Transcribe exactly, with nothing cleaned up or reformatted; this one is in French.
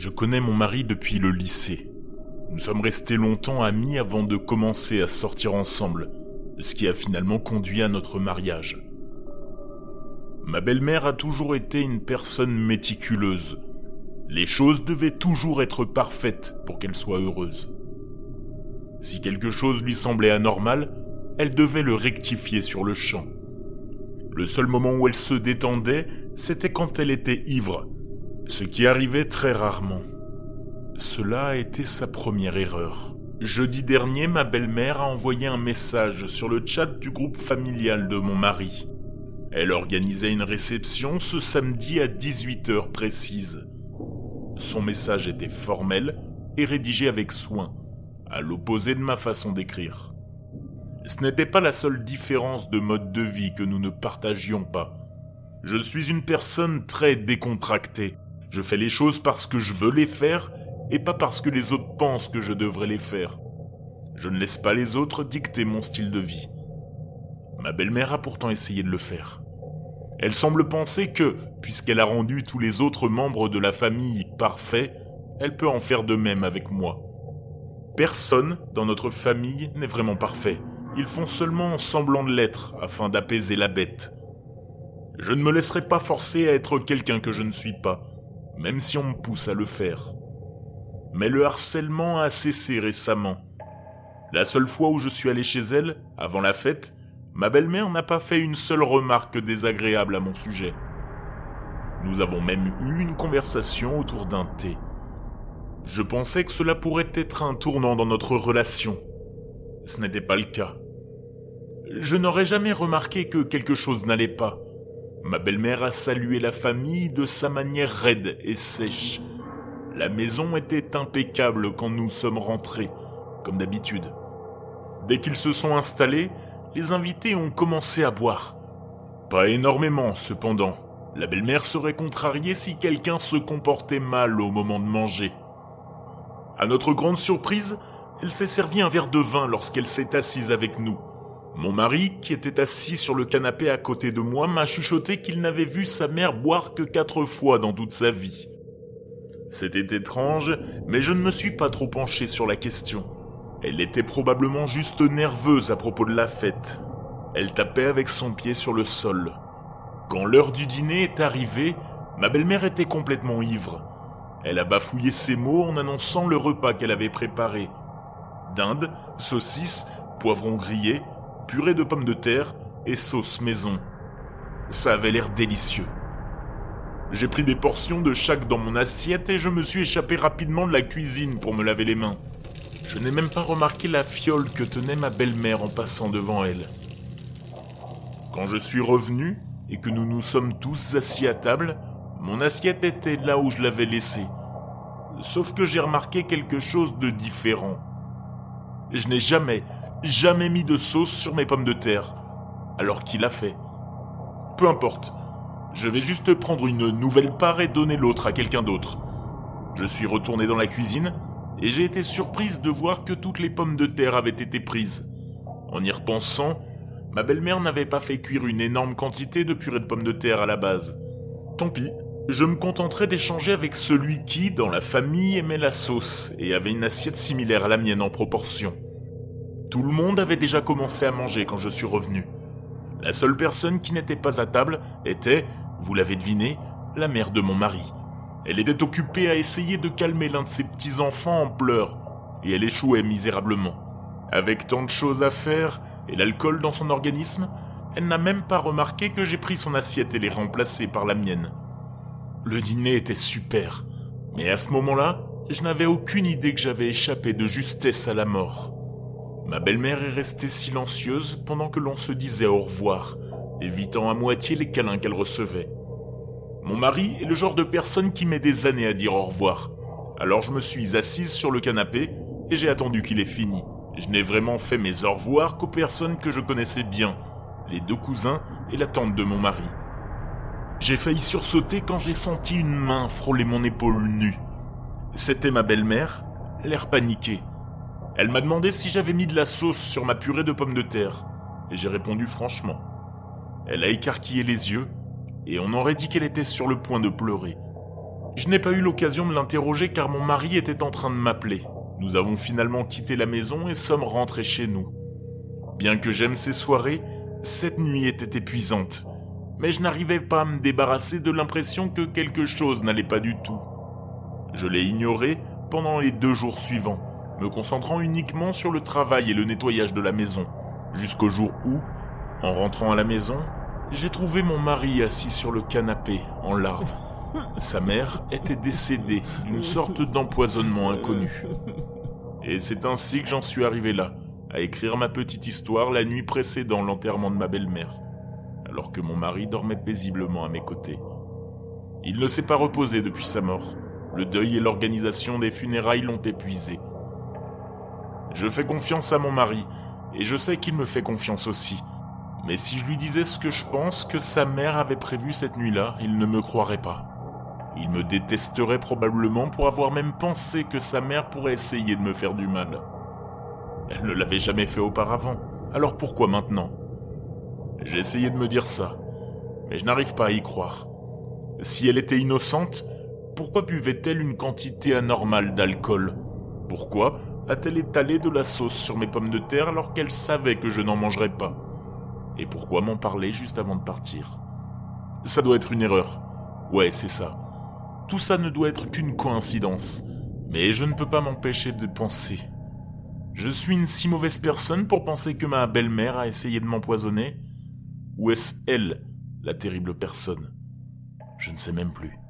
Je connais mon mari depuis le lycée. Nous sommes restés longtemps amis avant de commencer à sortir ensemble, ce qui a finalement conduit à notre mariage. Ma belle-mère a toujours été une personne méticuleuse. Les choses devaient toujours être parfaites pour qu'elle soit heureuse. Si quelque chose lui semblait anormal, elle devait le rectifier sur le champ. Le seul moment où elle se détendait, c'était quand elle était ivre, ce qui arrivait très rarement. Cela a été sa première erreur. Jeudi dernier, ma belle-mère a envoyé un message sur le chat du groupe familial de mon mari. Elle organisait une réception ce samedi à dix-huit heures précise. Son message était formel et rédigé avec soin, à l'opposé de ma façon d'écrire. Ce n'était pas la seule différence de mode de vie que nous ne partagions pas. Je suis une personne très décontractée. Je fais les choses parce que je veux les faire et pas parce que les autres pensent que je devrais les faire. Je ne laisse pas les autres dicter mon style de vie. Ma belle-mère a pourtant essayé de le faire. Elle semble penser que, puisqu'elle a rendu tous les autres membres de la famille parfaits, elle peut en faire de même avec moi. Personne dans notre famille n'est vraiment parfait. Ils font seulement semblant de l'être afin d'apaiser la bête. Je ne me laisserai pas forcer à être quelqu'un que je ne suis pas, même si on me pousse à le faire. Mais le harcèlement a cessé récemment. La seule fois où je suis allé chez elle, avant la fête, ma belle-mère n'a pas fait une seule remarque désagréable à mon sujet. Nous avons même eu une conversation autour d'un thé. Je pensais que cela pourrait être un tournant dans notre relation. Ce n'était pas le cas. Je n'aurais jamais remarqué que quelque chose n'allait pas. Ma belle-mère a salué la famille de sa manière raide et sèche. La maison était impeccable quand nous sommes rentrés, comme d'habitude. Dès qu'ils se sont installés, les invités ont commencé à boire. Pas énormément, cependant. La belle-mère serait contrariée si quelqu'un se comportait mal au moment de manger. À notre grande surprise, elle s'est servi un verre de vin lorsqu'elle s'est assise avec nous. Mon mari, qui était assis sur le canapé à côté de moi, m'a chuchoté qu'il n'avait vu sa mère boire que quatre fois dans toute sa vie. C'était étrange, mais je ne me suis pas trop penché sur la question. Elle était probablement juste nerveuse à propos de la fête. Elle tapait avec son pied sur le sol. Quand l'heure du dîner est arrivée, ma belle-mère était complètement ivre. Elle a bafouillé ses mots en annonçant le repas qu'elle avait préparé. Dinde, saucisses, poivrons grillés, purée de pommes de terre et sauce maison. Ça avait l'air délicieux. J'ai pris des portions de chaque dans mon assiette et je me suis échappé rapidement de la cuisine pour me laver les mains. Je n'ai même pas remarqué la fiole que tenait ma belle-mère en passant devant elle. Quand je suis revenu et que nous nous sommes tous assis à table, mon assiette était là où je l'avais laissée. Sauf que j'ai remarqué quelque chose de différent. Je n'ai jamais, jamais mis de sauce sur mes pommes de terre, alors qu'il l'a fait. Peu importe, je vais juste prendre une nouvelle part et donner l'autre à quelqu'un d'autre. Je suis retourné dans la cuisine et j'ai été surprise de voir que toutes les pommes de terre avaient été prises. En y repensant, ma belle-mère n'avait pas fait cuire une énorme quantité de purée de pommes de terre à la base. Tant pis, je me contenterai d'échanger avec celui qui, dans la famille, aimait la sauce et avait une assiette similaire à la mienne en proportion. Tout le monde avait déjà commencé à manger quand je suis revenu. La seule personne qui n'était pas à table était, vous l'avez deviné, la mère de mon mari. Elle était occupée à essayer de calmer l'un de ses petits-enfants en pleurs, et elle échouait misérablement. Avec tant de choses à faire et l'alcool dans son organisme, elle n'a même pas remarqué que j'ai pris son assiette et l'ai remplacée par la mienne. Le dîner était super, mais à ce moment-là, je n'avais aucune idée que j'avais échappé de justesse à la mort. Ma belle-mère est restée silencieuse pendant que l'on se disait au revoir, évitant à moitié les câlins qu'elle recevait. Mon mari est le genre de personne qui met des années à dire au revoir. Alors je me suis assise sur le canapé et j'ai attendu qu'il ait fini. Je n'ai vraiment fait mes au revoir qu'aux personnes que je connaissais bien, les deux cousins et la tante de mon mari. J'ai failli sursauter quand j'ai senti une main frôler mon épaule nue. C'était ma belle-mère, l'air paniqué. Elle m'a demandé si j'avais mis de la sauce sur ma purée de pommes de terre, et j'ai répondu franchement. Elle a écarquillé les yeux, et on aurait dit qu'elle était sur le point de pleurer. Je n'ai pas eu l'occasion de l'interroger car mon mari était en train de m'appeler. Nous avons finalement quitté la maison et sommes rentrés chez nous. Bien que j'aime ces soirées, cette nuit était épuisante. Mais je n'arrivais pas à me débarrasser de l'impression que quelque chose n'allait pas du tout. Je l'ai ignoré pendant les deux jours suivants, me concentrant uniquement sur le travail et le nettoyage de la maison, jusqu'au jour où, en rentrant à la maison, j'ai trouvé mon mari assis sur le canapé, en larmes. Sa mère était décédée d'une sorte d'empoisonnement inconnu. Et c'est ainsi que j'en suis arrivé là, à écrire ma petite histoire la nuit précédant l'enterrement de ma belle-mère, alors que mon mari dormait paisiblement à mes côtés. Il ne s'est pas reposé depuis sa mort. Le deuil et l'organisation des funérailles l'ont épuisé. Je fais confiance à mon mari, et je sais qu'il me fait confiance aussi. Mais si je lui disais ce que je pense que sa mère avait prévu cette nuit-là, il ne me croirait pas. Il me détesterait probablement pour avoir même pensé que sa mère pourrait essayer de me faire du mal. Elle ne l'avait jamais fait auparavant, alors pourquoi maintenant ? J'ai essayé de me dire ça, mais je n'arrive pas à y croire. Si elle était innocente, pourquoi buvait-elle une quantité anormale d'alcool ? Pourquoi a-t-elle étalé de la sauce sur mes pommes de terre alors qu'elle savait que je n'en mangerais pas ? Et pourquoi m'en parler juste avant de partir ? Ça doit être une erreur. Ouais, c'est ça. Tout ça ne doit être qu'une coïncidence. Mais je ne peux pas m'empêcher de penser. Je suis une si mauvaise personne pour penser que ma belle-mère a essayé de m'empoisonner ? Ou est-ce elle, la terrible personne ? Je ne sais même plus.